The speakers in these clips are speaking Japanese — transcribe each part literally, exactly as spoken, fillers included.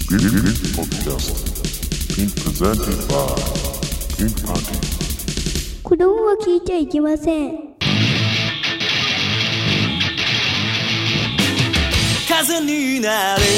This podcast Pink presented by Pink Party。 子供は聞いちゃいけません。 風になれ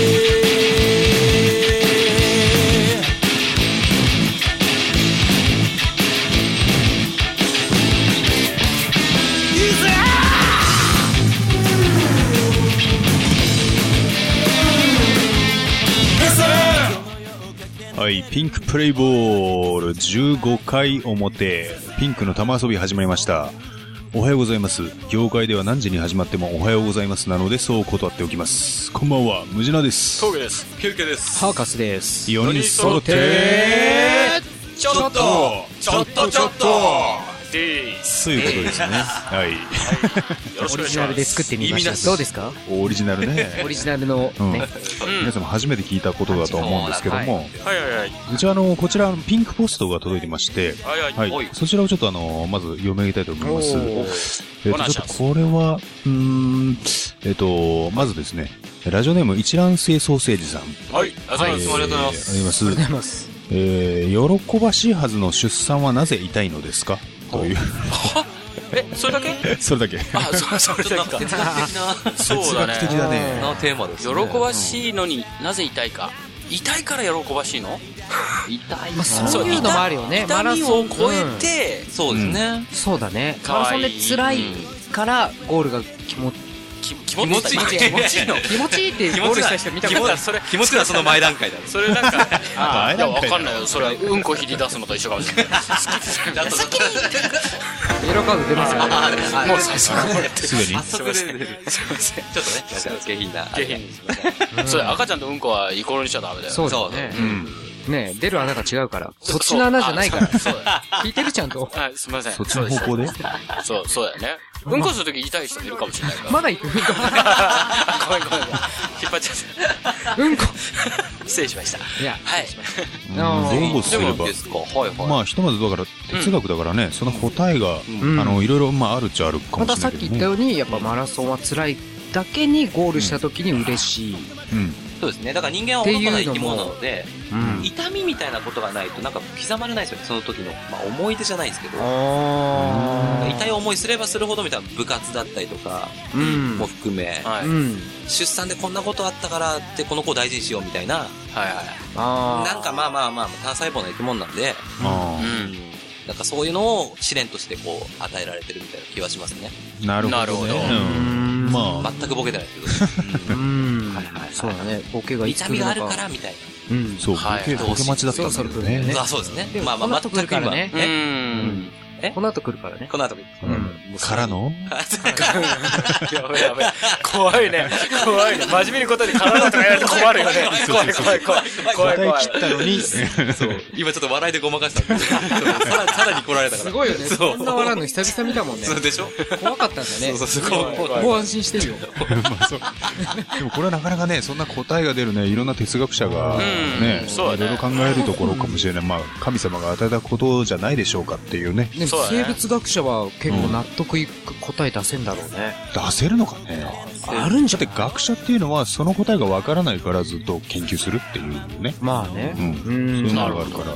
はい、ピンクプレイボールじゅうごかい表、ピンクの玉遊び始まりました。おはようございます。業界では何時に始まってもおはようございますなのでそう断っておきます。こんばんは、ムジナです。 峠です。キュウケです。 ハーカスです。 よにん揃ってちょっとちょっとちょっとでーす。 そういうことですね。はい。 よろしくお願いします。 オリジナルで作ってみました。どうですか？ オリジナルね。 オリジナルのうんね。 皆さんも初めて聞いたことだと思うんですけども、 はいはいはい。 うちはあのこちらピンクポストが届いてまして、 はいはい。 はい、そちらをちょっとあのまず読み上げたいと思います。 おえっとちょっとこれはうーんえっとまずですね、ラジオネーム一卵性ソーセージさん。 はい。ありがとうございます。ありがとうございます。 あります。 ありがとうございます。 えー、喜ばしいはずの出産はなぜ痛いのですかという。 え、それだけ？ それだけ。 あ、それだけか。哲学的な。そうだね。 哲学的だね。 なテーマですね。喜ばしいのになぜ痛いか。痛いから喜ばしいの？痛い。 まあそういうのもあるよね。 マラソンを超えて、 そうですね。そうだね。マラソンで辛いからゴールが気持ち気持ちいい気持ちいいの気持ちいいってゴールした人見たことない。 それ気持ちはその前段階だ。それなんかあいやわかんないよ。それはうんこひり出すのと一緒かもしれない。好きだと先にイエローカード出ますよね。 もう最初からやってすでに。 すいません。すいません。ちょっとねなんか下品な下品にすいません。それ赤ちゃんとうんこはイコールにしちゃダメだよ。 そうだね。ね出る穴が違うから。そっちの穴じゃないから。聞いてるちゃんと。 はいすいません。 そっちの方向で。 そうそうだよね。うんこするとき痛い人もいるかもしれないから。 まだ行くうんこ。 ごめんごめんごめん。引っ張っちゃった。 うんこ。 失礼しました。いや、はい。 どうすれば。まあ、ひとまずだから、哲学だからね、その答えが、あの、いろいろ、まあ、あるっちゃあるかもしれない。 またさっき言ったように、やっぱマラソンは辛いだけにゴールしたときに嬉しい。 うん。そうですね。だから人間は愚かな生き物なので、うん、痛みみたいなことがないとなんか刻まれないですよね。その時の、まあ、思い出じゃないんですけど、痛い思いすればするほどみたいな部活だったりとかも含め、うんはい、出産でこんなことあったからってこの子を大事にしようみたいな、はいはい、なんかまあまあまあ単細胞の生き物なんで、うん、なんかそういうのを試練としてこう与えられてるみたいな気はしますね。 なるほどね。 まあ、全くボケてないですけど。うん。 はいはい。そうだね。ボケが痛みがあるからみたいな。 うん。そう。ボケ、ボケ待ちだったんだよね。 あ、そうですね。まあまあ、全く今ね。 うん。えこの後来るからね。 この後来る。 からのやべやべ。怖いね。怖いね。真面目にことにからのとかやると困るよね。怖い怖い怖い。怖い怖い。 答え切ったのに。 そう。今ちょっと笑いでごまかしたんで。さらに来られたから。 すごいよね。そんな笑うの久々見たもんね。 そうでしょ怖かったんだね。 そうそうそう。 もう安心してるよ。 まあそう。でもこれはなかなかね、そんな答えが出るね、いろんな哲学者がね、いろいろ考えるところかもしれない。まあ、神様が与えたことじゃないでしょうかっていうね。 生物学者は結構納得いく答え出せんだろうね。 出せるのかね。 あるんじゃ。 だって学者っていうのはその答えがわからないからずっと研究するっていうね。 まあね。 うん。そういうのがあるから。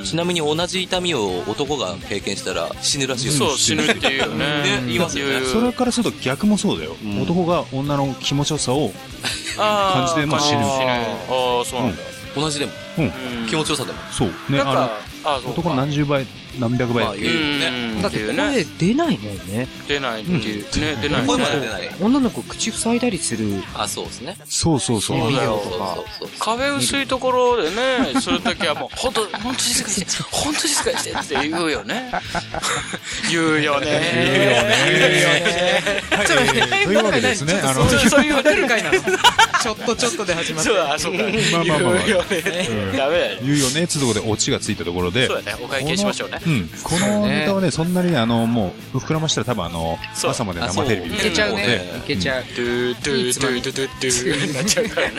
ちなみに同じ痛みを男が経験したら死ぬらしい。 そう、死ぬっていうよね。 言いますよね。 それからすると逆もそうだよ。男が女の気持ちよさを感じてまあ死ぬ。 ああ、そうなんだ。 同じでも。気持ちよさでも。 そう。ね、あの、男の何十倍、何百倍っていうね。だって声出ないもんね。 出ないっていう。ね、出ない。 声まで出ない。 女の子口塞いだりする。 あ、そうですね。 そうそうそう。 ビデオとか。 壁薄いところでね、そういう時はもう、ほんと、ほんと静かにして、ほんと静かにしてって言うよね。言うよね。 言うよね。 ちょっと待って。 というわけですね。あの、 そういうわけるかいなの。ちょっとちょっとで始まって。 そうだ、そうか。 まあまあまあ。 言うよね。ダメだよ。 言うよね。つうとこでオチがついたところで。 そうだね。お会計しましょうね。 うん。このネタはね、そんなにあの、もう、膨らましたら多分あの、朝まで生テレビいけちゃうね。いけちゃう。 ドゥドゥドゥドゥドゥドゥになっちゃうからね。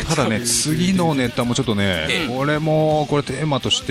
ただね、次のネタもちょっとね、俺もこれテーマとして、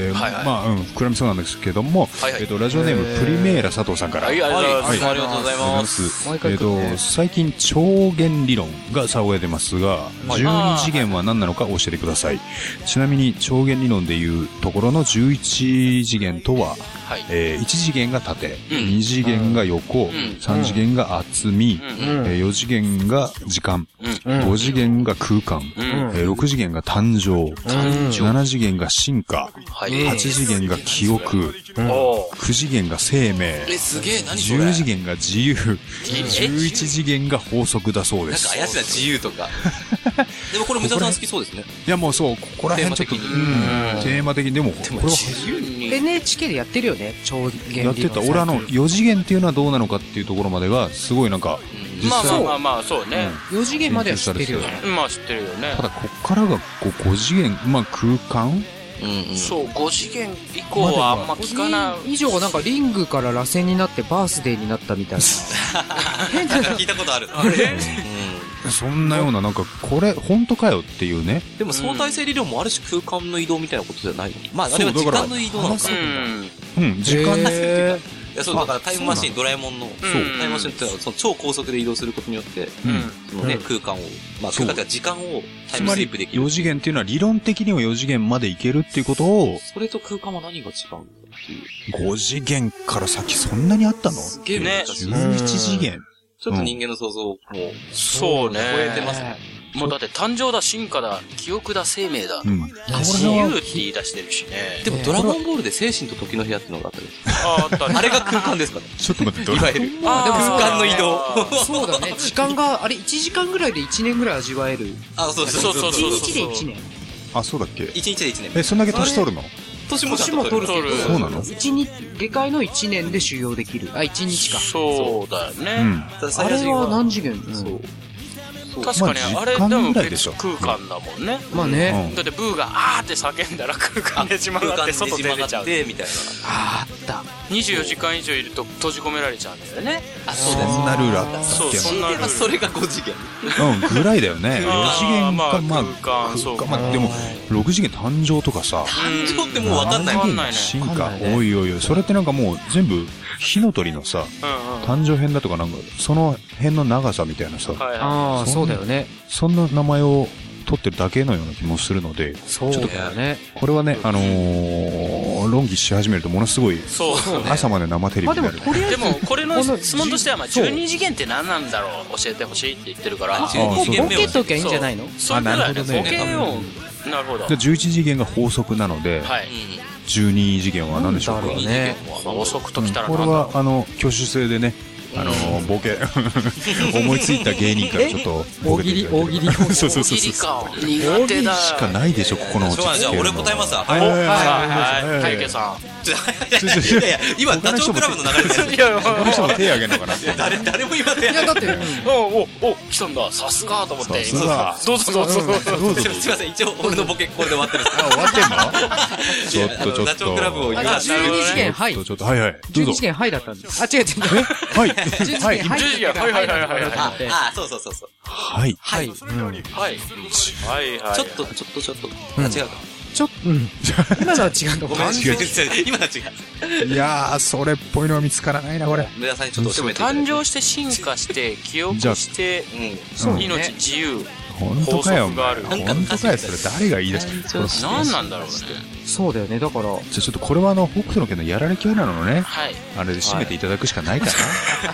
まあ、うん、膨らみそうなんですけども、えっと、ラジオネーム、プリメーラ佐藤さんから。 はい、ありがとうございます。 えっと、最近、超弦理論が騒いでますが、じゅうに次元は何なのか教えてください。ちなみに、超弦理論でいうところのじゅういち次元とは、えー、いち次元が縦、に次元が横、さん次元が厚み、えー、よ次元が時間、ご次元が空間、えー、ろく次元が誕生、なな次元が進化、はち次元が記憶、きゅう次元が生命、じゅう次元が自由、じゅういち次元が法則だそうです。 なんか怪しいな、自由とか。でもこれ無駄さん好きそうですね。 いやもうそう、ここら辺ちょっと、テーマ的に、でも、これはエヌエイチケー でやってるよね、超弦理論。 やってた。俺あの、よ次元っていうのはどうなのかっていうところまでが、すごいなんか、 まあまあまあまあ、そうね。 よ次元までは知ってるよね。 まあ知ってるよね。 ただ、こっからがご次元、まあ空間そう、ご次元以降はあんま聞かない。 以上がなんかリングから螺旋になってバースデーになったみたいな。 変な聞いたことある。 あれそんなような、なんか、これ、本当かよっていうね。 でも相対性理論もある種空間の移動みたいなことじゃないの？まあ、あれは時間の移動なのか。 うん、時間の移動。 いや、そう、だからタイムマシン、ドラえもんの、そう、タイムマシンっていうのは、その超高速で移動することによって、そのね、空間を、まあ、空間というか時間をタイムスリップできる。 よ次元っていうのは理論的にはよ次元までいけるっていうことを、 それと空間は何が違うんだっていう。 ご次元から先そんなにあったの？ すげえね。 じゅういち次元。 ちょっと人間の想像を、 そうね。 超えてますね。 もうだって誕生だ、進化だ、記憶だ、生命だ。うん。自由って言い出してるしね。 でもドラゴンボールで精神と時の部屋ってのがあったんです。 ああったね。 あれが空間ですかね。 ちょっと待って、 いわゆる。あ、でも空間の移動。 そうだね。時間が、あれいちじかんぐらいでいちねんぐらい味わえる。 あ、そうそうそうそう。 いちにちでいちねん。 あ、そうだっけ？ いちにちでいちねん。 え、そんだけ年取るの？ 年も取る。 そうなの？ 一日、下界のいちねんで修行できる。あ、いちにちか。 そうだよね。 あれは何次元？そう。 確かに、あれでも別空間だもんね。 まあね。 だってブーがあーって叫んだら空間で島があって外出れちゃう。 みたいな。 あった。 にじゅうよじかん以上いると閉じ込められちゃうんだよね。 あ、 そうです。そんなルールあったっけ？ そう、そんなルール。 それがご次元。 うん、ぐらいだよね。よ次元か、まあ、 空間、そうか。 まあ、でも、ろく次元誕生とかさ。 誕生ってもうわかんないもんね。 進化。おいおいおい。それってなんかもう全部、火の鳥のさ、誕生編だとかなんか、その辺の長さみたいなさ。 ああ、そうだよね。 そんな名前を取ってるだけのような気もするので、 そうだよね。 これはね、あのー、論議し始めるとものすごい、朝まで生テレビになる。 でも、これの質問としては、まあ、じゅうに次元って何なんだろう、教えてほしいって言ってるから。 ボケときゃいいんじゃないの？ そうなるほどね。ボケを、なるほど。 じゅういち次元が法則なので、じゅうに次元は何でしょうか？ 法則ときたらこれは、あの、挙手制でね、あのー、ボケ思いついた芸人からちょっとボケていただいて、 大喜利そうそうそうそう、 苦手だしかないでしょここの落ち着けるの。 じゃあ俺答えますわ。 はいはいはい。大家さん。 いやいや今ダチョウ倶楽部の流れで。 いやいや他の人も手挙げんのかな。 誰誰も今手挙げ。 いやだっておおお来たんだ。さすがと思って。どうぞどうぞどうぞ。 すみません一応俺のボケこれで終わってるんです。 あ終わってんの？ちょっとちょっと。 ダチョウ倶楽部を言わじゅうに次元はいちょっとはいはい。 じゅうに次元はいだったんです。あ違う違う。 はいはい。じゅうに次元はい。 はいはいはいはいはい。 あそうそうそうそう。 はいはいはいはいはい。 ちょっとちょっとちょっと違うか。 ちょっとうん今のは違うの。 ごめん違う違う今のは違う。 いやーそれっぽいのは見つからないなこれ。 梅田さんにちょっと教えて。 誕生して進化して記憶して命自由。 本当かよ。本当かよ。それ誰が言い出した？ 何なんだろうね。 そうだよね。だから。 じゃあちょっとこれはあの北斗の拳のやられキャラのね。 はい。 あれで締めていただくしかないかな。じ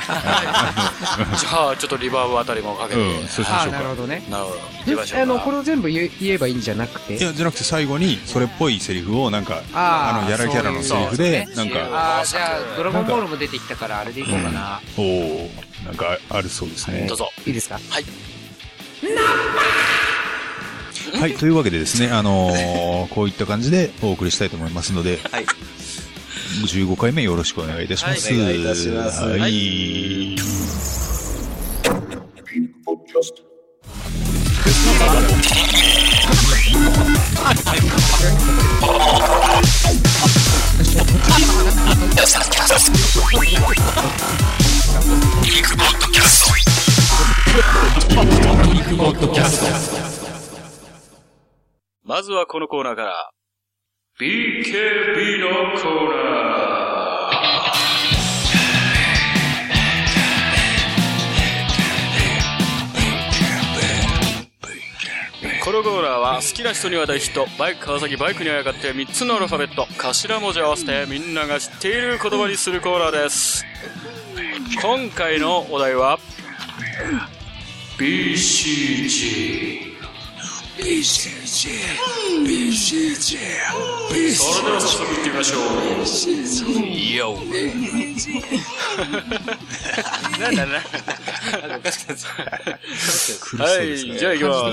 ゃあちょっとリバーブあたりもかけて。 うん。そうしましょうか。 なるほどね。 なるほど。 あのこれを全部言えばいいんじゃなくて。 いやじゃなくて最後にそれっぽいセリフをなんかあのやられキャラのセリフでなんか。 ああじゃあドラゴンボールも出てきたからあれでいこうかな。 おおなんかあるそうですね。 どうぞ。 いいですか。 はい。 はい、というわけでですね、あのー、こういった感じでお送りしたいと思いますので、はい、じゅうごかいめよろしくお願いいたします。 はい、お願いいたします。 はい。はいピンクポッドキャスト。 まずはこのコーナーから、ビーケービー のコーナー。このコーナーは好きな人には大ヒット、バイク川崎バイクにあやかってみっつのアルファベット、頭文字を合わせてみんなが知っている言葉にするコーナーです。今回のお題は ビーシージー。 ビーシージー ビーシージー それでは早速行ってみましょう。いよなんだなはい、じゃあ行きます。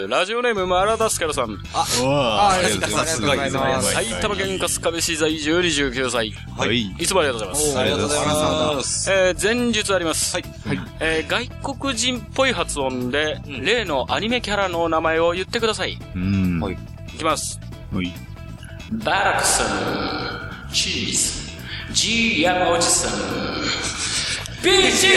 ラジオネームマラダスカルさん。 あ、あありがとうございます。 埼玉県春日部市在住にじゅうきゅうさい。はい。いつもありがとうございます。 ありがとうございます。 えー、前述あります。はい。はい。えー、外国人っぽい発音で、うん、例のアニメキャラの名前を言ってください。 うん。 はい。いきます。はい。バラクさん、チーズ、ジー山おじさん、ビーシージ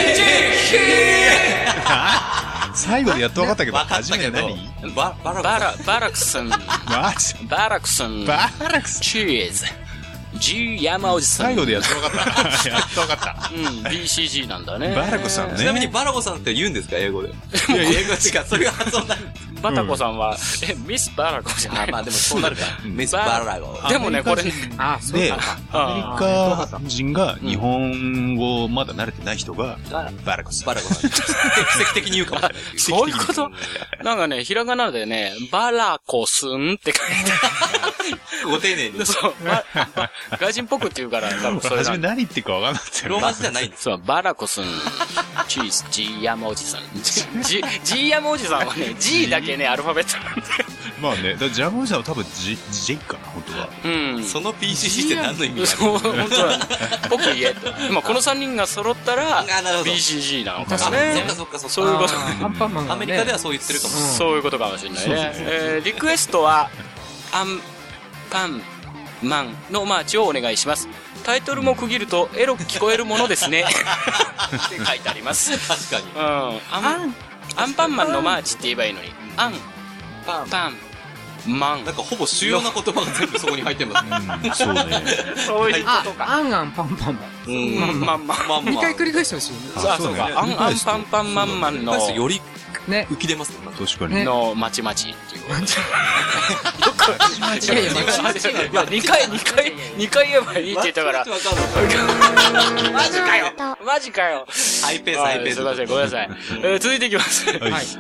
ー最後でやっと分かったけど、初めて何バラ、バラ、バラクさん、バラクさん、バラクさん、チーズ、G 山おじさん。 最後でやっと分かった。やっと分かった。 うん、ビーシージー なんだね。 バラコさんね。 ちなみにバラコさんって言うんですか英語で。いや、英語違う。それが発音なん。 バタコさんは、え、ミスバラコじゃない。 まあでもそうなるか。ミスバラコ。 でもね、これ、 あ、そうか。アメリカ人が日本語まだ慣れてない人が、バラコさん。 バラコさん。奇跡的に言うかもしれない。 そういうことなんかね、ひらがなでね、バラコスンって書いてある。ご丁寧に。 そう。外人っぽくって言うから、多分それ。 初め何言ってるか分かんなかったよ。 ローマ字じゃないんです。 そう、バラコスン、チーズ、ジーヤマおじさん。ジーヤマおじさんはね、G だけね、アルファベットなんで。 まあね、だジャムおじさんは多分 G、J かな、本当は。 うん。 その ピーシージー って何の意味なの？ そう、本当は。僕言えと。まあ、このさんにんが揃ったら、ビーシージー なのかなね。 そっかそっかそっか。 そういうこと。 アンパンマンがアメリカではそう言ってるかも。 そういうことかもしれないね。えー、リクエストは、アンパンマンのマーチをお願いします。タイトルも区切るとエロく聞こえるものですね。って書いてあります。 確かに。 うん。アン、アンパンマンのマーチって言えばいいのに。アン、パン、パン、マン。 なんかほぼ主要な言葉が全部そこに入ってますね。 うん、そうね。 そういうことか。 アンアンパンパンマン。 うん、マンマンマン。 にかい繰り返してほしい。 あ、そうか。アンアンパンパンマンマンの。 より、 ね。 浮き出ますね。 確かに。 の、まちまちっていう。どっか、まちまち。いや、にかい、にかい、にかい言えばいいって言ったから。マジかよマジかよハイペース、ハイペース。 すいません、ごめんなさい。続いていきます。はい。はい。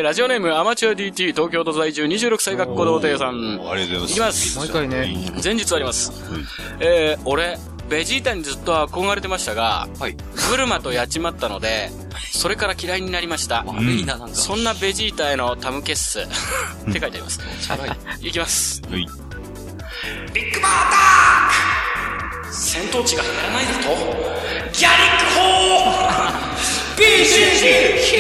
ラジオネーム、アマチュア ディーティー、東京都在住にじゅうろくさい学校童貞さん。 ありがとうございます。 いきます。 毎回ね。 前日あります。えー、俺、ベジータにずっと憧れてましたが、はい、ブルマとやっちまったので、それから嫌いになりました。 悪いな、なんか。 そんなベジータへのタムケッスって書いてあります。はい。いきます。はい。ビッグバーアタック戦闘値が減らないだとギャリックホー ビーシージー ヒ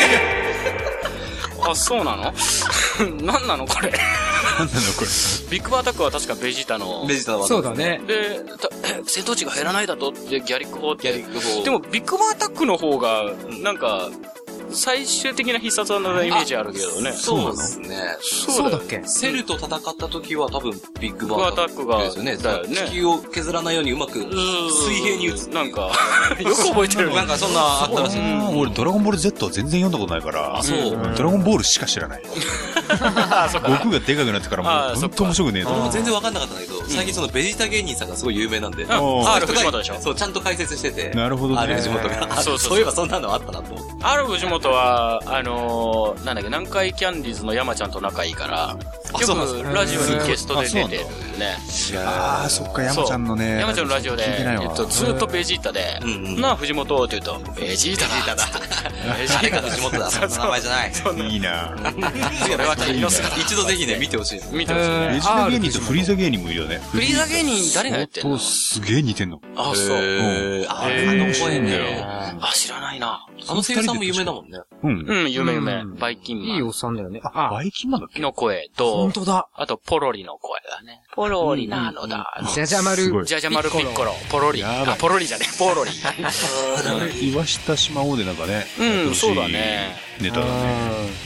ーあ、そうなの何なのこれ何なのこれビッグバーアタックは確かベジータの。 ベジータは。 そうだね。 で、戦闘値が減らないだとってギャリック砲って。ギャリック砲。でもビッグバーアタックの方が、なんか、最終的な必殺技のイメージあるけどね。 そうですね。 そうだっけ？ セルと戦った時は多分ビッグバーアタックがですよね。 だよね。 地球を削らないようにうまく水平に打つ。 なんか、よく覚えてる。 なんかそんなあったらしい。 俺ドラゴンボール Z は全然読んだことないから。 そう。 ドラゴンボールしか知らない。悟空がでかくなってからもうほんと面白くねえと。 俺も全然わかんなかったんだけど、最近そのベジータ芸人さんがすごい有名なんで。 アール 藤本でしょ？ そう、ちゃんと解説してて。 なるほどね。 アール 藤本が。そうそういえばそんなのあったなと思って。 アール 藤本は、あのー、なんだっけ、南海キャンディーズの山ちゃんと仲いいから、よくラジオにゲストで出てるね。 ああ、そっか、山ちゃんのね。 山ちゃんのラジオで、えっと、ずっとベジータで、なあ、藤本って言うと、ベジータだ。 ベジータだ。藤本だ。そんな名前じゃない。 いいなそれは君の姿。 一度ぜひね、見てほしいです。 見てほしいね。 ベジータ芸人とフリーザ芸人もいるよね。 フリーザ芸人誰がやってんの？ すげえ似てんの。 あ、そう。 あの声ね。 あ、知らないな。 あの声優さんも有名だもんね。 うん。 うん、有名有名。バイキンマン。 いいおっさんだよね。 あ、バイキンマンだっけの声と、 本当だ。 あと、ポロリの声だね。ポロリなのだ。 ジャジャマル。 ジャジャマルピッコロ。ポロリ。あ、ポロリじゃね。ポロリ。 岩下島王でなんかね。 うん、そうだね。 ネタだね。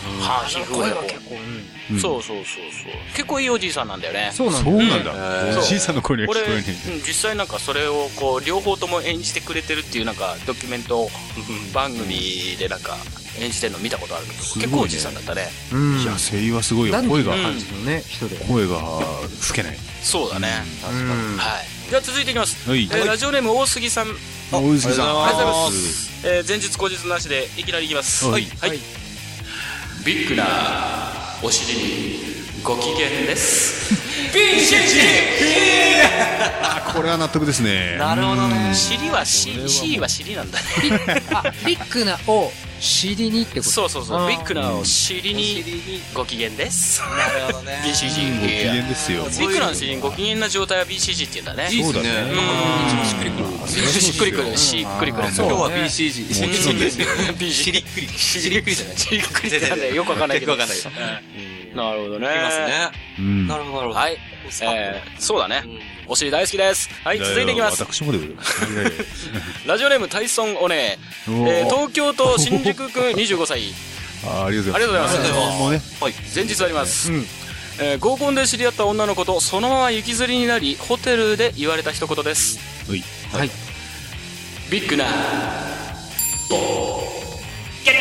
はあ、皮膚が結構、うん、そうそうそうそう。結構いいおじいさんなんだよね。 そうなんだ。 そうなんだ。おじいさんの声には聞こえねえ。 俺、実際なんかそれをこう、両方とも演じてくれてるっていうなんか、ドキュメント番組でなんか、演じてるの見たことあるけど、結構おじいさんだったね。 うん。いや、声優はすごいよ。声が、 感じのね、人で。 声が吹けない。 そうだね。確かに。はい。じゃあ続いていきます。 はい。 ラジオネーム大杉さん。 大杉さん。 ありがとうございます。えー、前日後日なしでいきなりいきます。はい。はい。ビッグなお尻にご機嫌です。ビーシージーこれは納得ですね。 なるほどね。尻は C、C は尻なんだね。 あ、ビッグなを尻にってこと。 そうそうそう。ビッグなお尻にご機嫌です。なるほどね。ビーシージー。 ご機嫌ですよ。 ビッグなお尻にご機嫌な状態は ビーシージー って言うんだね。 そうだね。 一番しっくりくる。しっくりくる。しっくりくる。 今日は ビーシージー。 もちろんですよ。 しりっくり。しりっくりじゃない。しりっくりってなんだよ。よくわかんないけど。よくわかんない。なるほどね。 いますね。なるほど、なるほど。 はい。えー、そうだね。お尻大好きです。はい、続いていきます。 私もで。 ラジオネームタイソンオネー。えー、東京都新宿区にじゅうごさい。 あ、ありがとうございます。 ありがとうございます。 もうね。 はい。前日あります。うん。えー、合コンで知り合った女の子とそのまま行きずりになり、ホテルで言われた一言です。 はい。 はい。ビッグな、ボー、ゲッ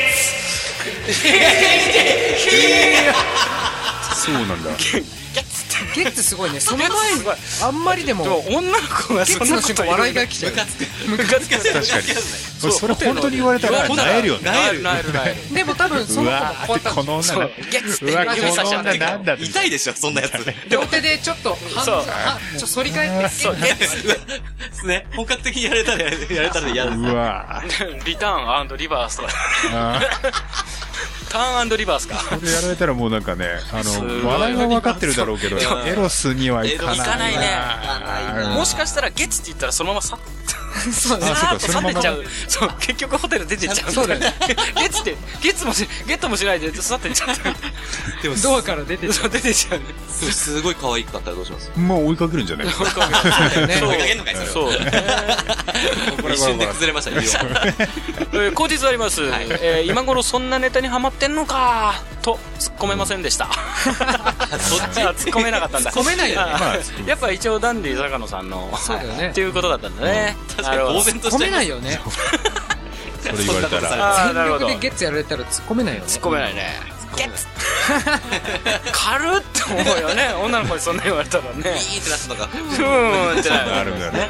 ツそうなんだ。 ゲッツすごいね。その前あんまりでも女の子がそんなこと笑いが来ちゃう。 ムカつく。 確かに。それ本当に言われたら萎えるよね。 萎える萎える萎える。 でも多分その子もこうやったこの女がゲッツって指さしちゃってなんだ痛いでしょそんなやつ。 両手でちょっと半そうちょ反り返ってそうゲッツね本格的にやれたらやれたら嫌だ。 うわ。 リターン&リバースとか。ターン&リバースか。 これやられたらもうなんかね、あの笑いは分かってるだろうけど、エロスにはいかない。 いかないね。もしかしたらゲッツって言ったらそのままさっそうね。 さっと去ってっちゃう。そう結局ホテル出てっちゃう。 そうだよね。 ゲッツってゲッツもしゲットもしないで去ってっちゃう。 でもドアから出てそう出てっちゃう。 すごい可愛かったらどうします？ もう追いかけるんじゃない？ 追いかける。 追いかけんのかいそれ。そう。一瞬で崩れました。 後日あります。今頃そんなネタにハマってんのかと突っ込めませんでした。そっちは突っ込めなかったんだ。 突っ込めないよね。 やっぱ一応ダンディ坂野さんのそうだよねっていうことだったんだね。 確かに呆然として突っ込めないよね。 それ言われたら全力でゲッツやられたら突っ込めないよね。 突っ込めないね。ゲッツ軽っって思うよね。女の子にそんな言われたらね。 いいってなったのか。 ふーんってなるんだね。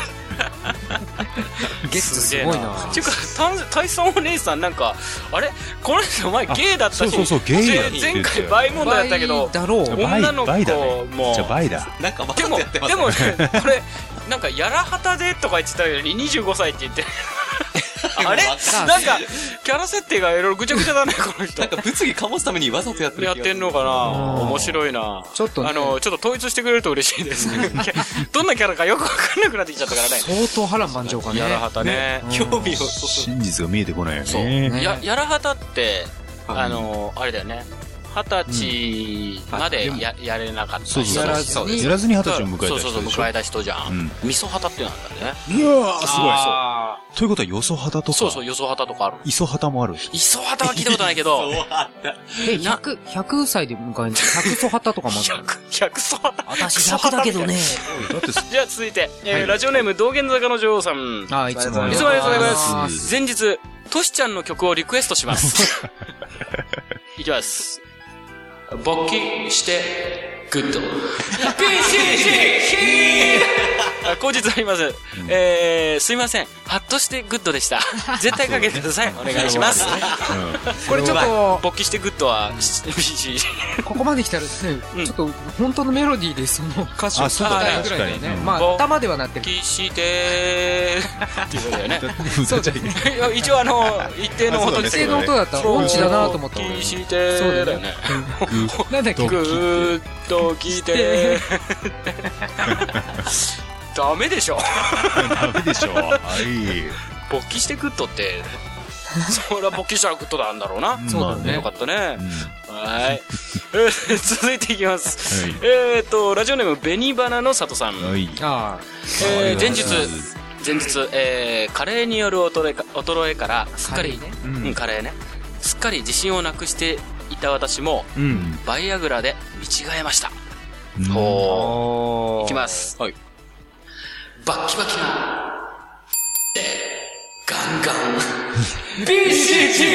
ゲッツすごいな。 っていうかタイソンお姉さんなんかあれこの人前ゲイだったし、 そうそうそうゲイだって前回バイ問題だったけど女の子もじゃバイだ。 なんかでもでもこれなんかやらはたでとか言ってたよりにじゅうごさいって言ってあれなんかキャラ設定がいろいろぐちゃぐちゃだねこの人。 なんか物議醸すためにわざとやってるやってんのかな。面白いな。 ちょっとあのちょっと統一してくれると嬉しいですね。どんなキャラかよくわかんなくなってきちゃったからね。 相当波乱万丈かね。 やらはたね。 興味を真実が見えてこないよね。 そうややらはたってあのあれだよね。二十歳までややれなかった人。 やらずにやらずに二十歳を迎えた人。 そうそうそう迎えた人じゃん。味噌旗ってなんだね。 うわーすごい。ということはよそ旗とか。 そうそうよそ旗とかある。 磯旗もある。 磯旗は聞いたことないけど。 え百百歳で迎える百そ旗とかもある。 百百そ旗。 私百だけどね。 じゃあ続いてラジオネーム道玄坂の女王さん。 あいつもいつもありがとうございます。前日トシちゃんの曲をリクエストします。いきます。勃起してグッド ピーシージー 後日あります、うん、えー、すいませんハッとしてグッドでした絶対かけてくださいお願いします、うん、これちょっと勃起してグッドは ピーシージーここまで来たらね、うん、ちょっと本当のメロディーでその歌詞を答えるぐらいだよね、うん、まあ頭ではなってる勃起してっていうことだよねそうだよ一応あの一定の音一定の音だったら音痴だなと思った勃起してそうだよねなんだっけグーッと聞いてダメでしょダメでしょはい勃起してグッドってそれは勃起したらグッドなんだろうなそうだねよかったね、うん、はい続いていきます、はい、えーとラジオネーム紅花の里さん、はいあえー、前日前日、えー、加齢による衰えか衰えからすっかり、ねうん、カレーねすっかり自信をなくしてた私も、 うん。 バイアグラで見違えました。 うんほー。いきます。 はい。 バッキバキな、で、ガンガン、ビシジ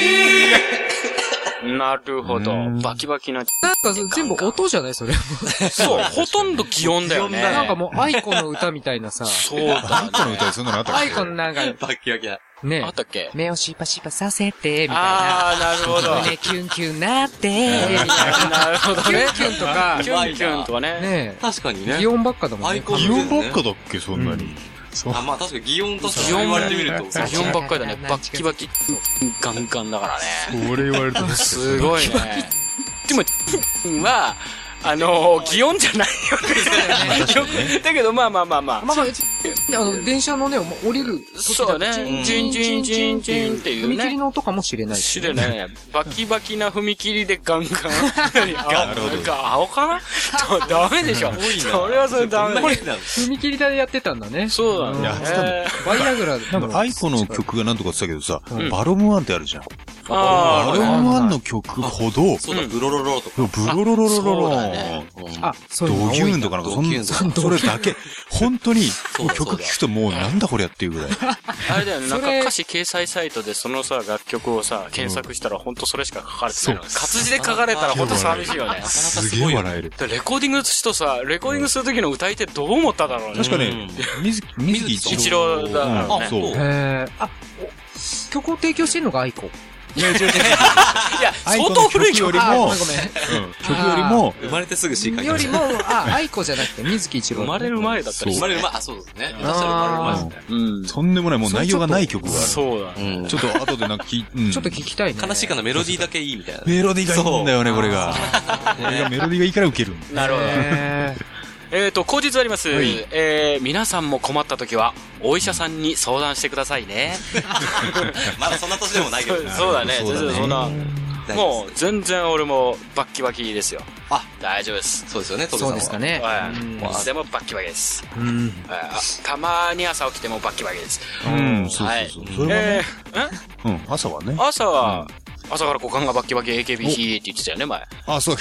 ーなるほど。バキバキな。 なんか全部音じゃないそれ。 そう、ほとんど擬音だよね。 なんかもう、アイコの歌みたいなさ。 そうだね。 アイコの歌でそんなのあったっけ？ アイコのなんか、 バッキバキだ。 ね。 あったっけ？ 目をシパシパさせて、みたいな。 あー、なるほど。 胸キュンキュンなって、みたいな。 なるほどね。 キュンキュンとか、 キュンキュンとかね。 ね確かにね。 擬音ばっかだもんね。 擬音ばっかだっけ、そんなに。 あ、まあ確かに擬音として擬音言われてみると。 擬音ばっかりだね。バッキバキ、ガンガンだからね。 これ言われるとすごいね。でも、は、あのー、擬音じゃないよね。だけど、まあまあまあまあ。 まあまあ、あの、電車のね、降りる時そうだね。チンチンチンチンっていうね。 踏切の音かもしれないしれないね。バキバキな踏切でガンガン。 なるほど。 青かなダメでしょ。それはそれダメ。 踏切でやってたんだね。 そうだね。 やってたんだ。 バイアグラで。 なんか、アイコの曲がなんとかって言ったけどさ、バロムワンってあるじゃん。 あバロムワンの曲ほど、 そうだ、ブロロロとか。 ブロロロロロロあ、そうドギューンとかなんか、そんそれだけ、本当に、曲聴くともうなんだこれやっていうぐらい。 あれだよね、なんか歌詞掲載サイトでそのさ、楽曲をさ、検索したら本当それしか書かれてないの。活字で書かれたら本当寂しいよね。 すげえ笑える。 レコーディングとさ、レコーディングする時の歌い手どう思っただろうね。 確かね、水木一郎だからね。 そう。 へー。あ、曲を提供してるのがアイコ。 いや、相当古い曲よりも、 ごめん。 曲よりも、 生まれてすぐ詩書いてよりも、あ、アイコじゃなくて、水木一郎。 生まれる前だったり生まれる前、あ、そうですね。私は生まれる前ですね。 うん。 とんでもない、もう内容がない曲がある。 そうだ。 ちょっと後でなんか聞ちょっと聞きたいね。 悲しいかな、メロディーだけいいみたいな。 メロディーがいいんだよね、これが。これがメロディーがいいからウケる。 なるほど。えっと、口実あります。えー、皆さんも困った時は、お医者さんに相談してくださいね。 まだそんな年でもないけどね。 そうだね、全然そんな。もう、全然俺もバッキバキですよ。 あ、 大丈夫です。 そうですよね、トルさんは。 そうですかね。 はい。いつでもバッキバキです。 うん。 たまに朝起きてもバッキバキです。 うん、そうそうそう。 えー、うん、朝はね。 朝は、朝から股間がバッキバキ エーケービー ヒーって言ってたよね、前。 あ、そう。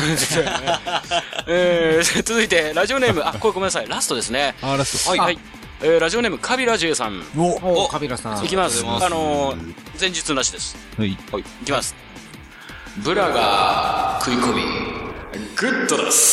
えー、続いて、ラジオネーム、あ、これごめんなさい、ラストですね。 あ、ラスト。 はい。はい。えー、ラジオネーム、カビラジュさん。 お、カビラさん。 いきます。あのー、前日なしです。 はい。 はい。いきます。ブラが食い込み、グッドです。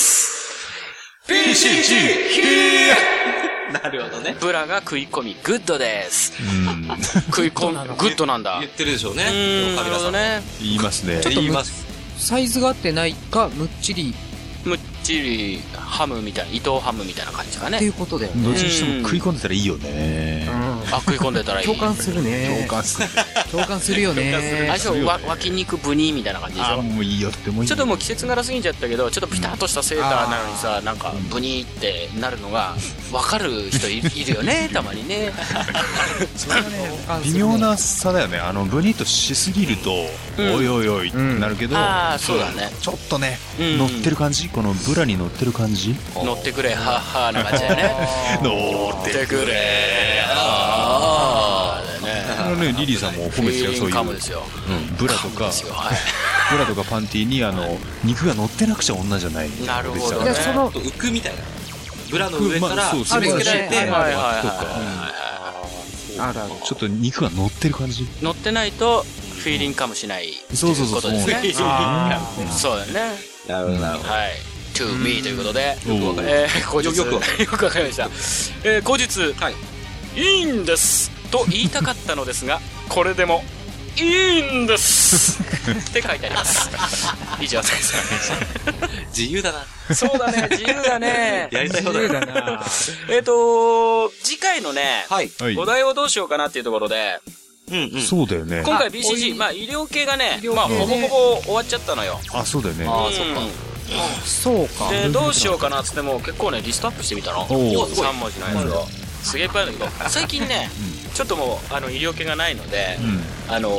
ピーシージー ヒーなるほどね。 ブラが食い込み、グッドです。食い込む、グッドなんだ。 言ってるでしょうね。 なるほどね。 言いますね。 ちょっと言います。サイズが合ってないか、むっちり。 むっちり、ハムみたいな、伊藤ハムみたいな感じかね。 っていうことだよね。 どっちにしても食い込んでたらいいよね。 あ、食い込んでたらいい。 共感するね。 共感する。 共感するよね。 あれでしょ、わ、脇肉ブニーみたいな感じでしょ。 あ、もういいよってもいい。 ちょっともう季節柄過ぎちゃったけど、ちょっとピタッとしたセーターなのにさ、なんか、ブニーってなるのが、わかる人いるよね、たまにね。 それはね、微妙な差だよね。あの、ブニーとしすぎると、おいおいおいってなるけど、 ああ、そうだね。 ちょっとね、乗ってる感じ、このブラに乗ってる感じ。 乗ってくれ、はっはーな感じだよね。乗ってくれ、あーだよね。 あのね、リリーさんも褒めてたよ、そういう。 カムですよ。 ブラとか、ブラとかパンティに、あの、肉が乗ってなくちゃ女じゃない。 なるほどね。 じゃあその、 浮くみたいな。ブラの上から、 そう、 締め付けられて、 はいはいはい。 あら、 ちょっと肉が乗ってる感じ。 乗ってないと、フィーリングかもしない。 そうそうそう。 ことですね。そうだよね。 なるほど、なるほど。 はい。to me ということで、 えー、口実。よくわかりました。えー、口実。はい。いいんです。と言いたかったのですが、これでも、いいんですって書いてあります。以上です。 自由だな。 そうだね、自由だね。 やりたいことだな。 えっと、次回のね、 はい。 お題をどうしようかなっていうところで、 うんうん。そうだよね。 今回 ビーシージー、まあ医療系がね、まあほぼほぼ終わっちゃったのよ。 あ、そうだよね。 ああ、そっか。 そうか。 で、どうしようかなっつっても結構ね、リストアップしてみたの。おお、さん文字のやつを。すげえいっぱいあるんだけど、最近ね、ちょっともう、あの、医療系がないので、あの、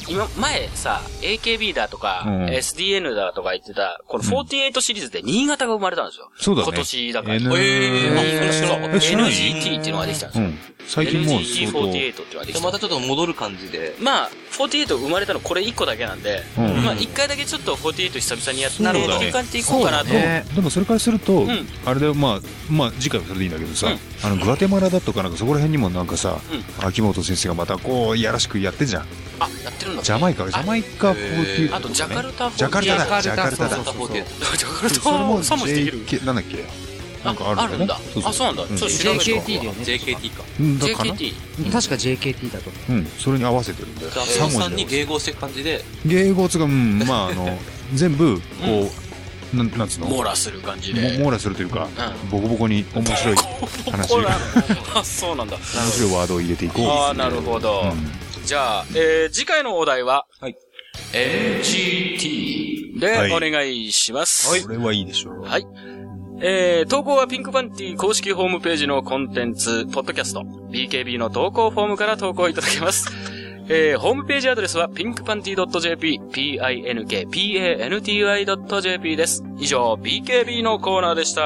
今、前さ、エーケービー だとか、うん、エスディーエヌ だとか言ってた、このフォーティーエイトシリーズで新潟が生まれたんですよ。 そうだね。 今年だから。 N... えー、 えー、エヌジーティー っていうのができたんですよ。うん、 最近もうエヌジーティーフォーティーエイト っていうのができた。 またちょっと戻る感じで。 まあ、フォーティーエイト生まれたのこれいっこだけなんで、うん、まあいっかいだけちょっとフォーティーエイト久々にやって、なるほど。切り替えていこうかなと。 ね、でもそれからすると、うん、あれでまあ、まあ次回はそれでいいんだけどさ、うん、あの、グアテマラだとかなんかそこら辺にもなんかさ、うん、秋元先生がまたこう、いやらしくやってんじゃん。 あ、やってるんだ。 ジャマイカ、ジャマイカフォーティーエイト、ね。 あと、ジャカルタフォーティーエイト。 ジャカルタだ、ジャカルタだ。ジャカルタさもできる。 なんだっけなんかあるんだよね。 あ、そうなんだ。ちょっとジェーケーティー だよね。 ジェーケーティー か。 ジェーケーティー。確か ジェーケーティー だと。 うん、それに合わせてるんだよ。 サモさんに迎合していく感じで。 迎合つが、うん、まああの、全部、こう、なん、なんつうの網羅する感じで。 網羅するというか、ボコボコに面白い話。 あ、そうなんだ。 面白いワードを入れていこう。 ああ、なるほど。じゃあ、えー、次回のお題は、はい、エヌジーティー でお願いします。 はい。これはいいでしょう。 はい。えー、投稿はピンクパンティ公式ホームページのコンテンツ、ポッドキャスト、ビーケービー の投稿フォームから投稿いただけます。えー、ホームページアドレスは ピンクパンティードットジェーピー、ピンクパンティードットジェーピー です。以上、ビーケービー のコーナーでした。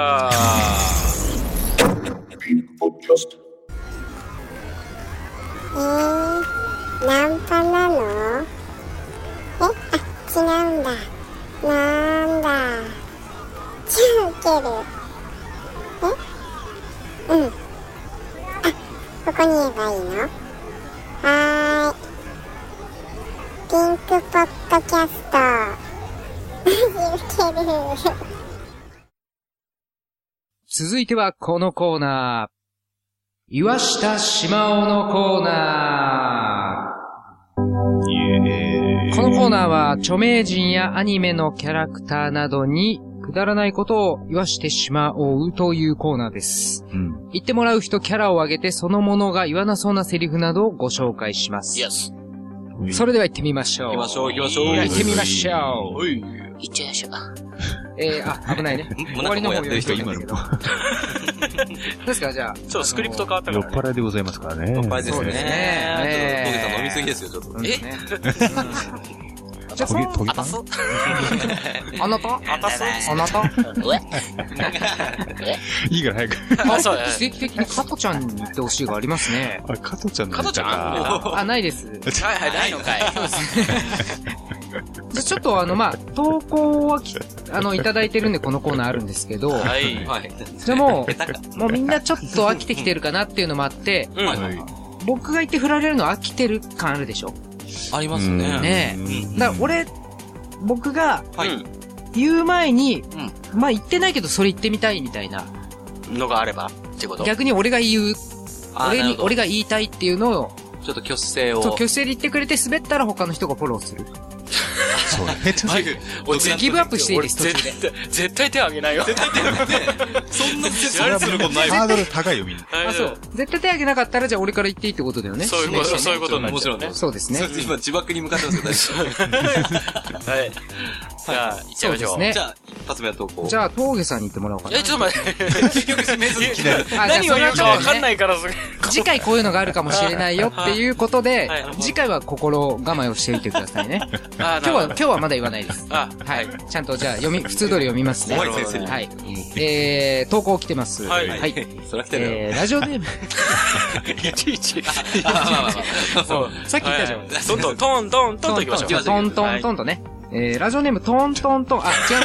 ピンクポッドキャスト。 えー、ナンパなの？え、あ、違うんだ。なんだ。超ウケる。え？うん。あ、ここに言えばいいの？はーい。ピンクポッドキャスト。ウケる。 続いてはこのコーナー。岩下しまおのコーナー。イエーイ。このコーナーは著名人やアニメのキャラクターなどにくだらないことを言わしてしまおうというコーナーです。うん、言ってもらう人キャラを挙げてそのものが言わなそうなセリフなどをご紹介します。 Yes。 それでは行ってみましょう。 行きましょう、行きましょう。 行ってみましょう。 行っちゃいましょう。 えー、あ、危ないね。終わりの方やってる人今の。ですからじゃあ。 ちょっとスクリプト変わったから、 ね。酔っ払いでございますからね。 酔っ払いですね。 そうですね。 えー、トゲさん飲みすぎですよ、ちょっと。 えじゃあ、その、あたすあなたあたすあなたいいから早く。 あ、そう奇跡的に加トちゃんに言ってほしいがありますね。 あれ、加トちゃんの加トちゃんあ、ないです。 はいはい、ないのかい。そうですね。 じゃちょっとあの、まあ、投稿はき、あの、いただいてるんでこのコーナーあるんですけど、 はい。はい。 じゃあもう、もうみんなちょっと飽きてきてるかなっていうのもあって、うん、僕が言って振られるの飽きてる感あるでしょ？ ありますね。 ねえ。だから俺、僕が、言う前に、うん、まあ言ってないけどそれ言ってみたいみたいな。 のがあればってこと？ 逆に俺が言う、俺に、俺が言いたいっていうのを、 ちょっと挙手制を。 そう、挙手制で言ってくれて滑ったら他の人がフォローする。 そうね。ちょっとギブアップしていいです、途中で。 絶対手あげないよ。絶対手あげない。そんな絶対することない。 ハードル高いよ、みんな。 あ、そう。絶対手あげなかったら、じゃあ俺から言っていいってことだよね。 そういうこと、そういうことになっちゃう。 もちろんね。 そうですね。 今、自爆に向かってますよ、大丈夫。はい。じゃあ、行っちゃいましょう。 じゃあ、一発目の投稿。 じゃあ、峠さんに言ってもらおうかな。 え、ちょっと待って。結局、珍しい。何を言うかわかんないから、それ。 次回こういうのがあるかもしれないよっていうことで、次回は心構えをしておいてくださいね。今日は、今日はまだ言わないです。 あ、 はい。ちゃんとじゃあ読み、普通通り読みますね。 怖い先生に。 はい。えー、投稿来てます。 はい。 はい。 そら来てるよ。 えー、ラジオネーム。 いちいち。 そう。さっき言ったじゃん。 トントン、トントン、トンと行きましょう。 トントン、トンとね。えー、ラジオネーム、トントントン、あ、違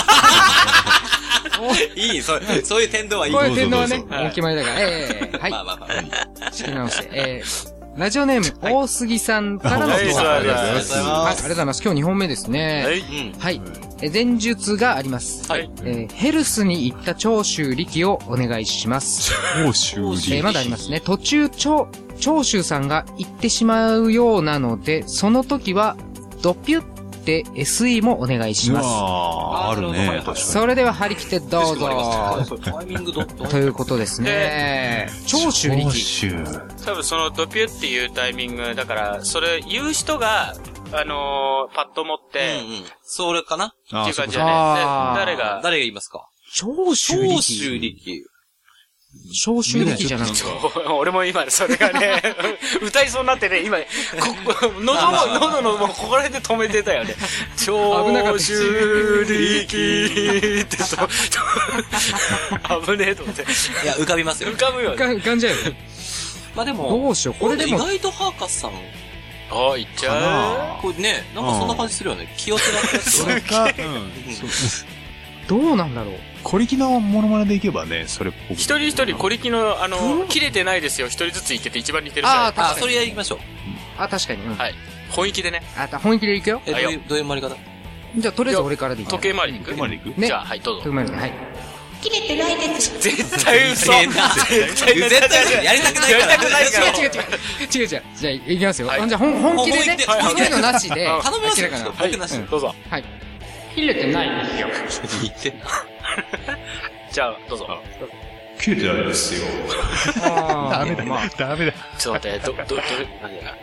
う。 いい、そう、そういう天童はいい。 こういう天童はね、お決まりだから。えー、はい。 まあまあまあ。 仕切り直して。えー、ラジオネーム、大杉さんからの投稿です。 ありがとうございます。 はい、ありがとうございます。今日にほんめですね。 はい。 はい。前述があります。 はい。 えー、ヘルスに行った長州力をお願いします。 長州力。 えー、まだありますね。途中、長、長州さんが行ってしまうようなので、その時は、ドピュッで エスイー もお願いします。 ああ、あるね。 それでは張り切ってどうぞ。 タイミングど、 ということですね。長州力。 多分そのドピュっていうタイミング、だから、それ言う人が、あのー、パッと持って、 うんうん、それかなっていう感じだね。誰が誰が言いますか？ 長州力。 長州力。 消臭力じゃなくて。 俺も今それがね、歌いそうになってね、今、こ喉の、喉のもうここら辺で止めてたよね。消臭力ってと、危ねえと思って。 いや、浮かびますよ。 浮かぶよね。 浮かんじゃうよ。 まあでも、 どうしよう、これでも。 意外とハーカスさん。 ああ、いっちゃう。 これね、なんかそんな感じするよね。気をつけなくて。 それか、うん。 どうなんだろう。 小力のモノマネでいけばね、それっぽく。 一人一人小力の、あの、切れてないですよ。一人ずつ言ってて一番似てるじゃん。 ああ、 それやりましょう。 あ、確かに。 はい。本気でね。 あ、本気でいくよ。 え、どういう、どういう回り方？ じゃあ、とりあえず俺からでいい。 時計回りに行く？ 時計回りに行く？ ね。 じゃあ、はい、どうぞ。 時計回りに、はい。 切れてないです。 絶対嘘。絶対絶対やりたくないから。 やりたくないから。 違う違う違う。違う違う。じゃあ、いきますよ。じゃあ、本気でね。そういうのなしで。 頼みますよ。 僕なし。どうぞ。 はい。切れてないですよ。 言ってんな。 じゃあ、どうぞ。 切れてないですよ。ダメだ、ダメだ。 ちょっと待って、ど、ど、ど、何だ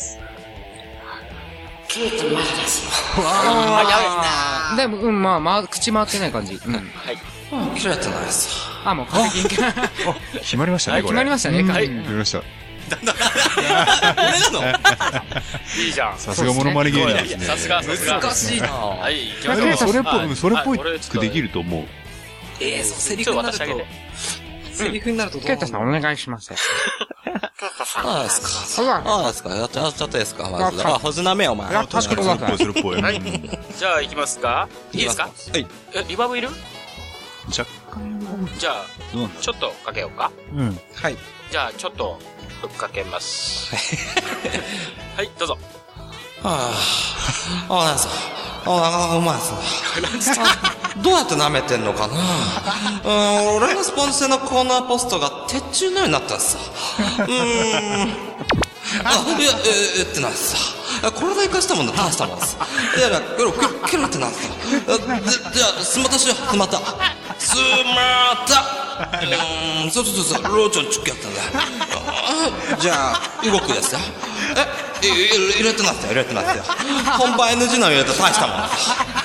切れてないですよ。 ああ、でも、うん、まあ、まあ、口回ってない感じ。うん。はい。 切れてないですよ。 あ、もう完璧に。 決まりましたね、これ。 決まりましたね、 はい。 決まりました。 俺なの？ いいじゃん。 さすがモノマネ芸人ですね。 さすが、さすが。 難しいな。 はい、行きましょう。それっぽい、それっぽいくできると思う。 ええ、そう、セリフになると。セリフになるとどう？ ケイタさん、お願いします。 ああ、ですか。ああ、ですか。やっちゃってですか、まず。あ、ほずなめお前。 確かにそれっぽい、それっぽい。 はい。じゃあ、行きますか？いいですか？ はい。 え、リバーブいる？ 若干。 じゃあ、ちょっとかけようか。 うん。 はい。 じゃあ、ちょっと、ふっかけます。はい。どうぞ。 はぁ。あ、なんすか。あ、あ、うまいっすね。どうやって舐めてんのかな。うん、俺のスポンジ製のコーナーポストが鉄柱のようになったんすさ。うーん。あ、いや、え、えってなんすさ。これで生かしたもんだ、大したもんす。いやいや、ケロってなんすさ。じゃあ、スマタしよう、スマタ。スマタ。うーん、そうそうそう、ローチョンチュッキやったんだ。じゃあ、動くですよ。え、入れてなってよ、入れてなってよ。本番 エヌジー なの入れて大したもんだ。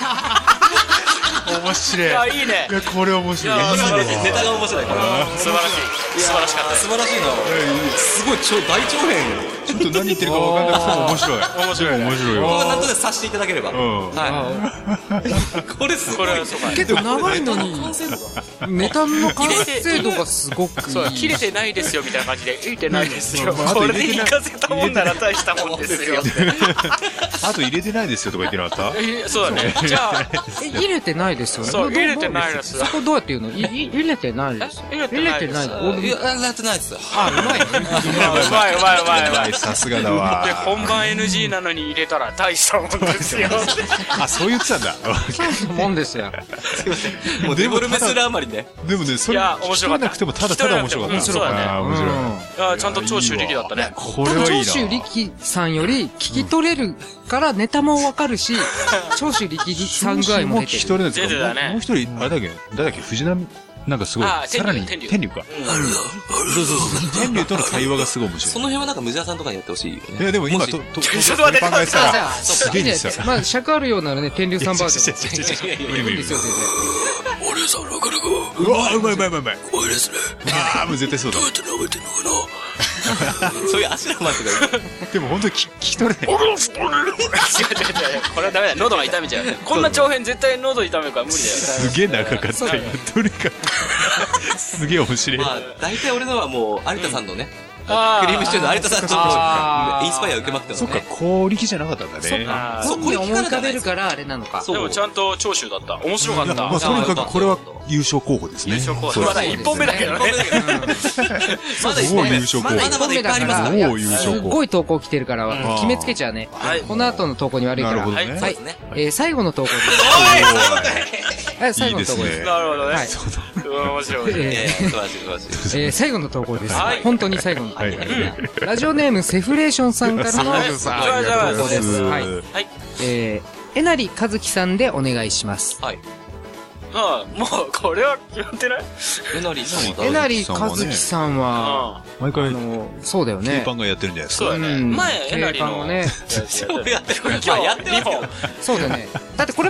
面白い。いや、いいね。 いや、これ面白い。 素晴らしい。ネタが面白い。素晴らしい。 素晴らしかった。 素晴らしいな。すごい超大長編。 ちょっと何言ってるか分かんなくても面白い。面白い。面白いよ。 ここはなんとで察していただければ。はい。これすごい。 結構長いのに、ネタの完成度がすごくいい。 切れてないですよみたいな感じで、切れてないですよ。これで行かせたもんなら大したもんですよ。 あと入れてないですよとか言ってなかった？ そうだね。じゃあ、 入れてないですよね。 そう、入れてないですよ。 そこどうやって言うの？入れてないです。 入れてないです。 入れてないですよ。 あ、うまいね。 うまい、うまい、うまい、うまい。 さすがだわ。 で、本番 エヌジー なのに入れたら大したもんですよ。 あ、そう言ってたんだ。 そういうもんですよ。 すいません。もうデブルメするあまりね。 でもね、それ、聞き取れなくてもただただ面白かった。 そうだね。 面白い。 ちゃんと長州力だったね。 これはいいな。 長州力さんより聞き取れるからネタもわかるし、長州力さん具合も出てる。 聞き取れない出てたね。 もう一人、あれだっけ、誰だっけ、藤波、なんかすごい、さらに、天竜か。そうそうそう。天竜との会話がすごい面白い。 その辺はなんかムジャさんとかにやってほしいよね。 いや、でも今、と、と、 ちょっと待って、 考えてたら、すげえですよ。 まあ、尺あるようならね、天竜さんバージョン。無理無理ですよ、全然。 俺さん、なかなか。 うわうまいうまいうまいうまい。 怖いですね。 ああ、もう絶対そうだ。 どうやって舐めてんのかな。そういう足のマークがいい。 でも本当に聞き取れない。 違う違う違う。これはダメだ。喉が痛めちゃう。こんな長編絶対喉痛めるから無理だよ。 すげえ長かった。今、とにかく。すげえ面白い。 まあ、大体俺のはもう、有田さんのね。クあリームシチューの有田さんとインスパイア受けまくってたそっか、 のね。 小力じゃなかったんだね。 そっか。そう、思い浮かべるからあれなのか。 でもちゃんと長州だった。面白かった。 まあ、とにかくこれは優勝候補ですね。 優勝候補。まだ一本目だけどね。 まだ一もう本目。 優勝候補。 まだまだいっぱいありますから。 もう優勝候補。 すごい投稿来てるから、決めつけちゃうね。この後の投稿に悪いから。 なるほどね。 はい。え、最後の投稿です。はい、最後の投稿です。 なるほどね。 はい。 面白い。 えー、素晴らしい素晴らしい。 えー、最後の投稿です。 はい本当に最後の投稿です。ラジオネームセフレーションさんからの投稿です。はい。 はい。 えー、えなりかずきさんでお願いします。 はい。 ああ、もう、これは決まってない？ えなりさんはえなりかずきさんは、 毎回、 あの、そうだよね。 キーパンがやってるんじゃないですか。 そうだね。前、えなりの。 ね。 そうやってる。まあやってますけど。 そうだよね。だってこれもじゃあ、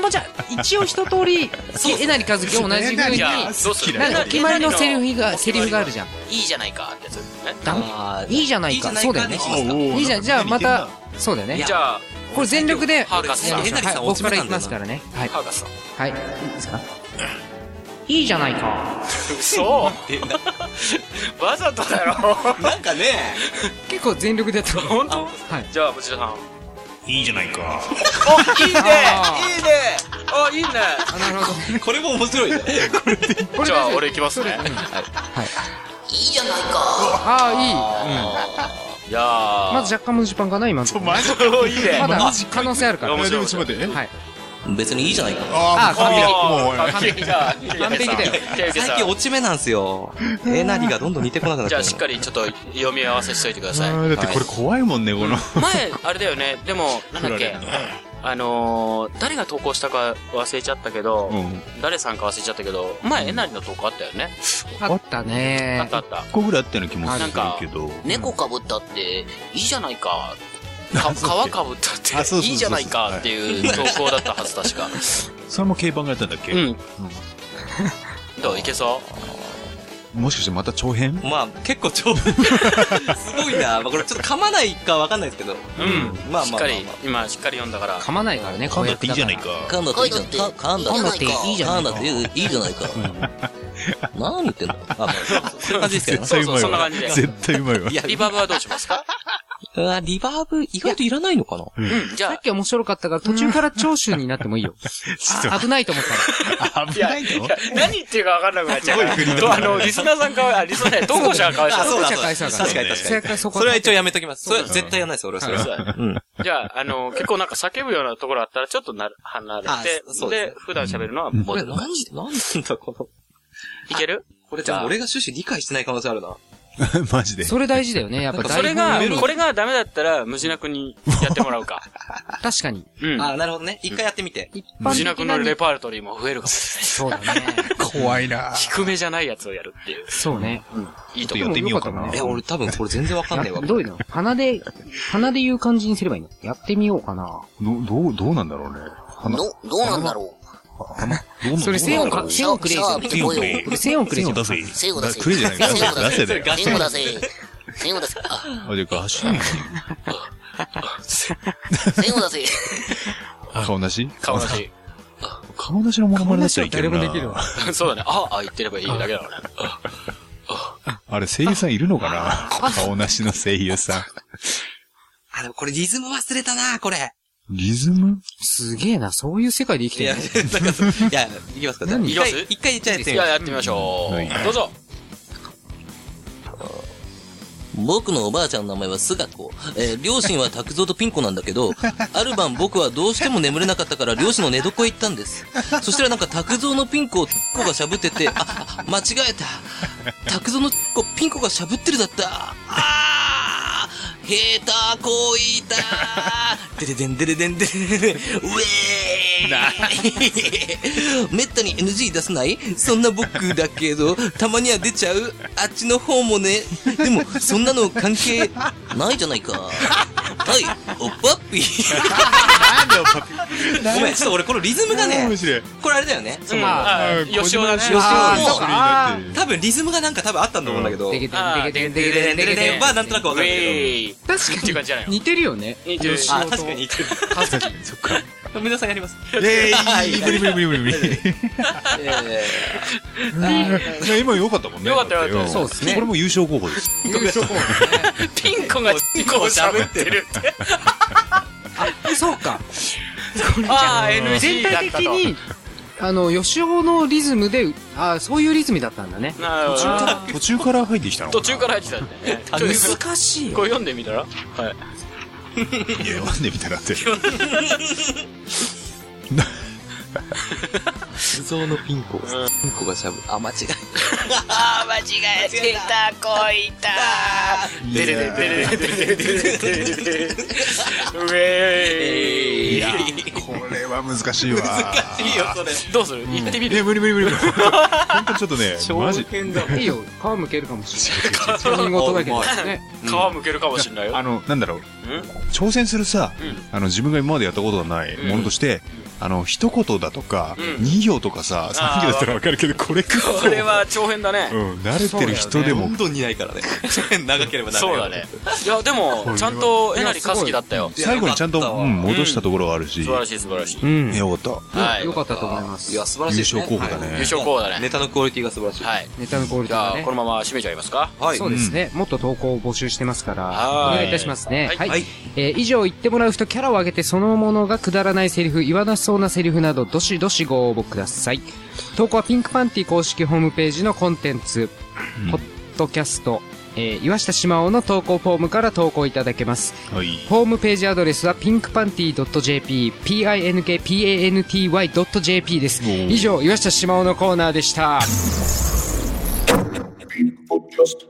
一応一通り、えなりかずき同じ風に、 じゃあ、どうするなんか決まりのセリフが、セリフがあるじゃん。 いいじゃないかってやつ。 だいいじゃないか。そうだよね。いいじゃん。じゃあまた、そうだよね。 じゃあ、 これ全力で、 ハーカスさん。 えなりさん僕からいきますからね。はい。 ハーカスさん。 はい。いいですか？いいじゃないか。 嘘わざとだろ。 なんかね、 結構全力でやった。 本当？ はい。 じゃあ、藤田さん。 いいじゃないか。 お、いいねいいねあ、いいねあ、なるほど。 これも面白いね。 じゃあ、俺行きますね。はい。 はい。 いいじゃないか。 ああ、いい。 いやー。 まず若干の時間かな、今のところ。 マジいいね。 まだ可能性あるから。 面白い。 でもちょっと待って。 はい。 別にいいじゃないか。 ああ、完璧。 もう、 完璧だ。 完璧だよ。 最近落ち目なんすよ。えなりがどんどん似てこなくなっちゃう。 じゃあ、しっかりちょっと読み合わせしといてください。 だってこれ怖いもんね、この。 前、あれだよね。でも、なんだっけ。あのー、誰が投稿したか忘れちゃったけど、誰さんか忘れちゃったけど、前、えなりの投稿あったよね。 あったね。 あったあった。 一個ぐらいあったような気もするけど。 猫かぶったっていいじゃないか。か皮かぶったっていいじゃないかっていう投稿だったはず、確か。 それも競馬がやったんだっけ？ うん。どういけそう？もしかしてまた長編？ まあ、結構長編。すごいな。まあ、これちょっと噛まないかわかんないですけど。 うん。 まあまあ。 しっかり、今しっかり読んだから。 噛まないからね、 噛んだっていいじゃないか。 噛んだっていいじゃないか。噛んだっていいじゃないか。噛んだっていいじゃないか。何言ってんの？あ、そういう感じですけど。 そうそう、そんな感じで。 絶対うまいわ。 いや、リバーブはどうしますか？ うわ、リバーブ意外といらないのかな？ うん、じゃあ。 さっき面白かったから途中から聴取になってもいいよ。危ないと思ったら。危ないの？ 何言ってるか分かんなくなっちゃう。と、あの、リスナーさんかわい、あ、リスナー、投稿者がかわいそう。 投稿者かわいそうだから。 確かに確かに。それは一応やめときます。それは絶対やらないです、俺はそれは。うん。 じゃあ、あの、結構なんか叫ぶようなところあったら、ちょっとなる、離れて、で、普段喋るのは、 これ、なんで、なんなんだ、この。 いける？ これじゃあ、俺が趣旨理解してない可能性あるな。 マジで。 それ大事だよね。やっぱそれが、これがダメだったら、ムジナ君にやってもらうか。 確かに。 うん。 あ、なるほどね。一回やってみて。 ムジナ君のレパートリーも増えるかもしれない。 そうだね。 怖いな。 低めじゃないやつをやるっていう。 そうね。 うん。いいと思う。 やってみようかな。 え、俺多分これ全然わかんないわ。 どういうの？鼻で、鼻で言う感じにすればいいの？やってみようかな。 ど、どう、どうなんだろうね。 ど、どうなんだろう。 それ線をか、線をくれじゃん。 線をくれ。 線をくれじゃん。 出せ。 線を出せ。 くれじゃないか。出せだよ。 線を出せ。線を出せ。 あ、でか、足に。 線を出せ。 顔なし顔なし。 顔なしのモノマネだったらいけるな。 誰もできるわ。 そうだね。あ、あ、言ってればいいだけだからね。 あれ、声優さんいるのかな？顔なしの声優さん。 あ、でもこれリズム忘れたな、これ。 リズム？ すげえな、そういう世界で生きてる。 いや、なんか、いや、いきますか。 いきます？ 一回、一回言っちゃってみよう。 じゃあやってみましょう。どうぞ。 僕のおばあちゃんの名前はスガコ。えー、両親は拓蔵とピンコなんだけど、ある晩僕はどうしても眠れなかったから両親の寝床へ行ったんです。そしたらなんか拓蔵のピンコをピンコがしゃぶってて、あ、間違えた。拓蔵のピンコがしゃぶってるだった。あー、ヘーターこいたー。でででんでででんででででん。うえー。めったに エヌジー 出さないそんな僕だけど、たまには出ちゃうあっちの方もね。でも、そんなの関係ないじゃないか。はい、おっぱっぴー。 なんでおっぱっぴー？ ごめん、ちょっと俺このリズムがね、これあれだよね。 うん、あ、吉尾だね。 吉尾も、 多分リズムがなんか多分あったんだと思うんだけど、 でけてんでけてんでけてんでけてんはなんとなくわかるんだけど。確かに。似てるよね。 似てる。 あ、確かに似てる。 確かに。 そっか。 梅田さんやります。 えー、無理無理無理無理無理。今良かったもんね。 良かったよかった。 そうですね。 これも優勝候補です。 優勝候補ね。 ピンコがピンコをしゃぶってるって。 あ、そうか。 ああ、エヌジー全体的に、あの、吉尾のリズムで、あそういうリズムだったんだね。 途中から入ってきたの？ 途中から入ってきたんだよね。 難しい。 これ読んでみたら？はい。 いや、読んでみたらって。 拓蔵のピンコ。ピンコがしゃぶ。あ、間違えた。 あ、間違えてた、こいた。でれでれでれでれでれでれでれ。うえー。 いや、これは難しいわ。 難しいよ、それ。 どうする？言ってみる？ え、無理無理無理無理。ほんとちょっとね、マジ。 いいよ、皮むけるかもしれない。他人事だけどね。 皮むけるかもしれないよ。 あの、なんだろう。挑戦するさ、あの、自分が今までやったことがないものとして、 あの、一言だとか、 うん、 二行とかさ、三行だったらわかるけど、これ結構。 これは長編だね。 うん、慣れてる人でも。 どんどん似ないからね。長ければ長い。 そうだね。いや、でも、ちゃんと、えなりかすきだったよ。 最後にちゃんと、うん、戻したところがあるし。 素晴らしい、素晴らしい。 うん。 よかった。 はい。 よかったと思います。 いや、素晴らしいですね。 優勝候補だね。 優勝候補だね。 ネタのクオリティが素晴らしい。 はい。 ネタのクオリティがね。 じゃあ、このまま締めちゃいますか？ はい。 そうですね。もっと投稿を募集してますから、 はいお願いいたしますね。 はい。 はい。えー、以上、言ってもらう人、キャラを上げてそのものがくだらないセリフ、言わなそうなセリフなど、どしどしご応募ください。投稿はピンクパンティ公式ホームページのコンテンツ、うん、ポッドキャスト、えー、岩下しまおの投稿フォームから投稿いただけます。 はい。 ホームページアドレスは ピンクパンティードットジェーピー、ピンクパンティードットジェーピー です。以上、岩下しまおのコーナーでした。ピンクポッドキャスト。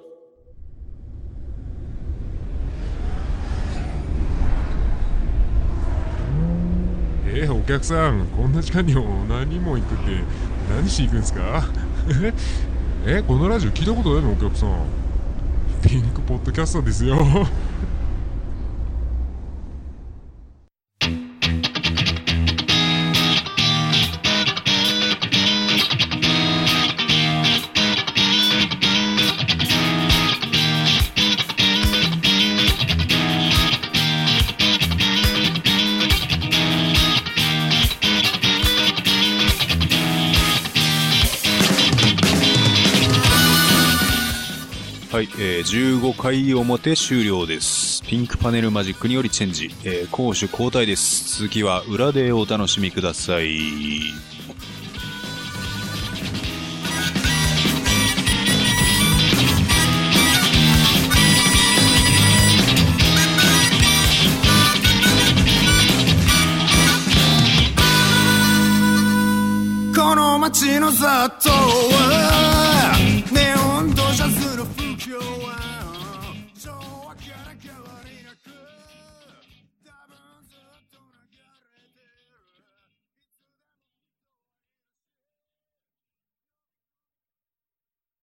えー、お客さん、こんな時間に何も行くって何しに行くんですか？え、このラジオ聞いたことないのお客さん。ピンクポッドキャストですよ。 はい、えー、じゅうごかい表終了です。ピンクパネルマジックによりチェンジ、えー、攻守交代です。続きは裏でお楽しみください。 この街の雑踏はネオンとジャズの不況